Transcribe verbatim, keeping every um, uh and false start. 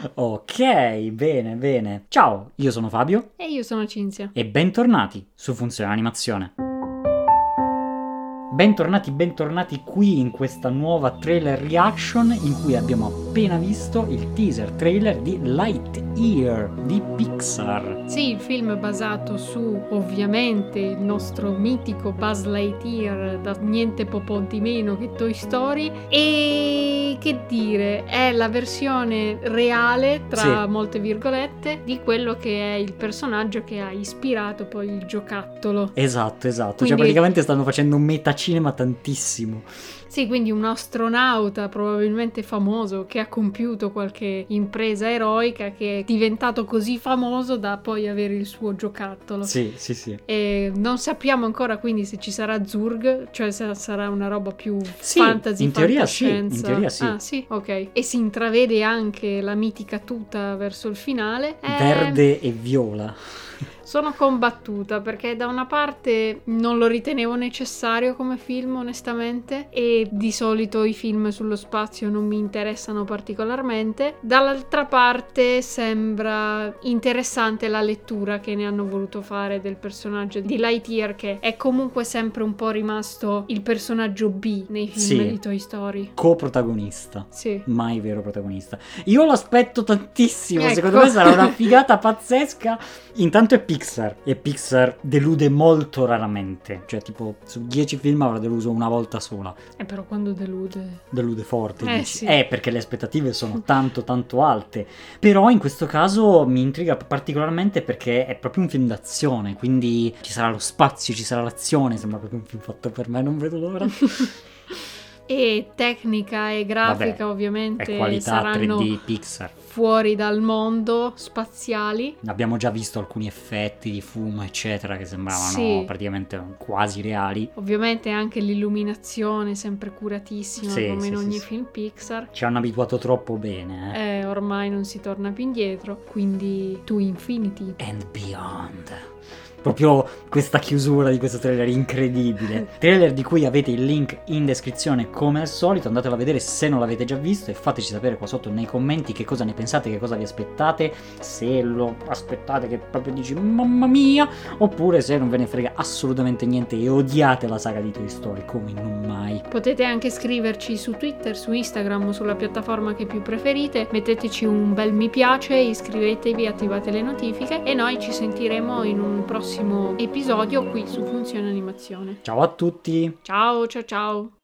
Ok, bene, bene. Ciao, io sono Fabio E io sono Cinzia. e bentornati su Funzione Animazione. Bentornati, bentornati qui in questa nuova trailer reaction in cui abbiamo appena visto il teaser trailer di Lightyear di Pixar. Sì, il film è basato su, ovviamente, il nostro mitico Buzz Lightyear, da niente po' po' di meno che Toy Story, e che dire, è la versione reale, tra Sì. molte virgolette, di quello che è il personaggio che ha ispirato poi il giocattolo. Esatto, esatto. Quindi- Cioè praticamente stanno facendo un metacinema tantissimo. Sì, quindi un astronauta probabilmente famoso che ha compiuto qualche impresa eroica, che è diventato così famoso da poi avere il suo giocattolo. Sì, sì, sì. E non sappiamo ancora quindi se ci sarà Zurg, cioè se sarà una roba più Sì, fantasy, in teoria sì, fantascienza. in teoria sì. Ah, sì, ok. E si intravede anche la mitica tuta verso il finale. Eh, Verde e viola. Sono combattuta perché da una parte non lo ritenevo necessario come film, onestamente, e di solito i film sullo spazio non mi interessano particolarmente. Dall'altra parte sembra interessante la lettura che ne hanno voluto fare del personaggio di Lightyear, che è comunque sempre un po' rimasto il personaggio B nei film Sì. di Toy Story. Coprotagonista. Sì. Mai vero protagonista. Io lo aspetto tantissimo. Ecco. Secondo me sarà una figata pazzesca. Intanto è Pixar. E Pixar delude molto raramente. Cioè, tipo, su dieci film avrà deluso una volta sola. E però quando delude... Delude forte. Eh, dici. sì. Eh, perché le aspettative sono tanto, tanto alte. Però in questo caso mi intriga particolarmente perché è proprio un film d'azione. Quindi ci sarà lo spazio, ci sarà l'azione. Sembra proprio un film fatto per me. Non vedo l'ora. E tecnica e grafica, Vabbè, ovviamente è qualità saranno tre D Pixar. fuori dal mondo, spaziali. Abbiamo già visto alcuni effetti di fumo, eccetera, che sembravano Sì. praticamente quasi reali. Ovviamente anche l'illuminazione sempre curatissima, Sì, come sì, in sì, ogni sì. film Pixar. Ci hanno abituato troppo bene, eh. Eh, ormai non si torna più indietro, quindi to infinity. And beyond. Proprio questa chiusura di questo trailer incredibile. Trailer di cui avete il link in descrizione come al solito. Andatelo a vedere se non l'avete già visto e fateci sapere qua sotto nei commenti che cosa ne pensate, che cosa vi aspettate. Se lo aspettate che proprio dici mamma mia, oppure se non ve ne frega assolutamente niente e odiate la saga di Toy Story come non mai. Potete anche scriverci su Twitter, su Instagram o sulla piattaforma che più preferite. Metteteci un bel mi piace, iscrivetevi, attivate le notifiche e noi ci sentiremo in un prossimo episodio qui su Funzione Animazione. Ciao a tutti! Ciao, ciao, ciao!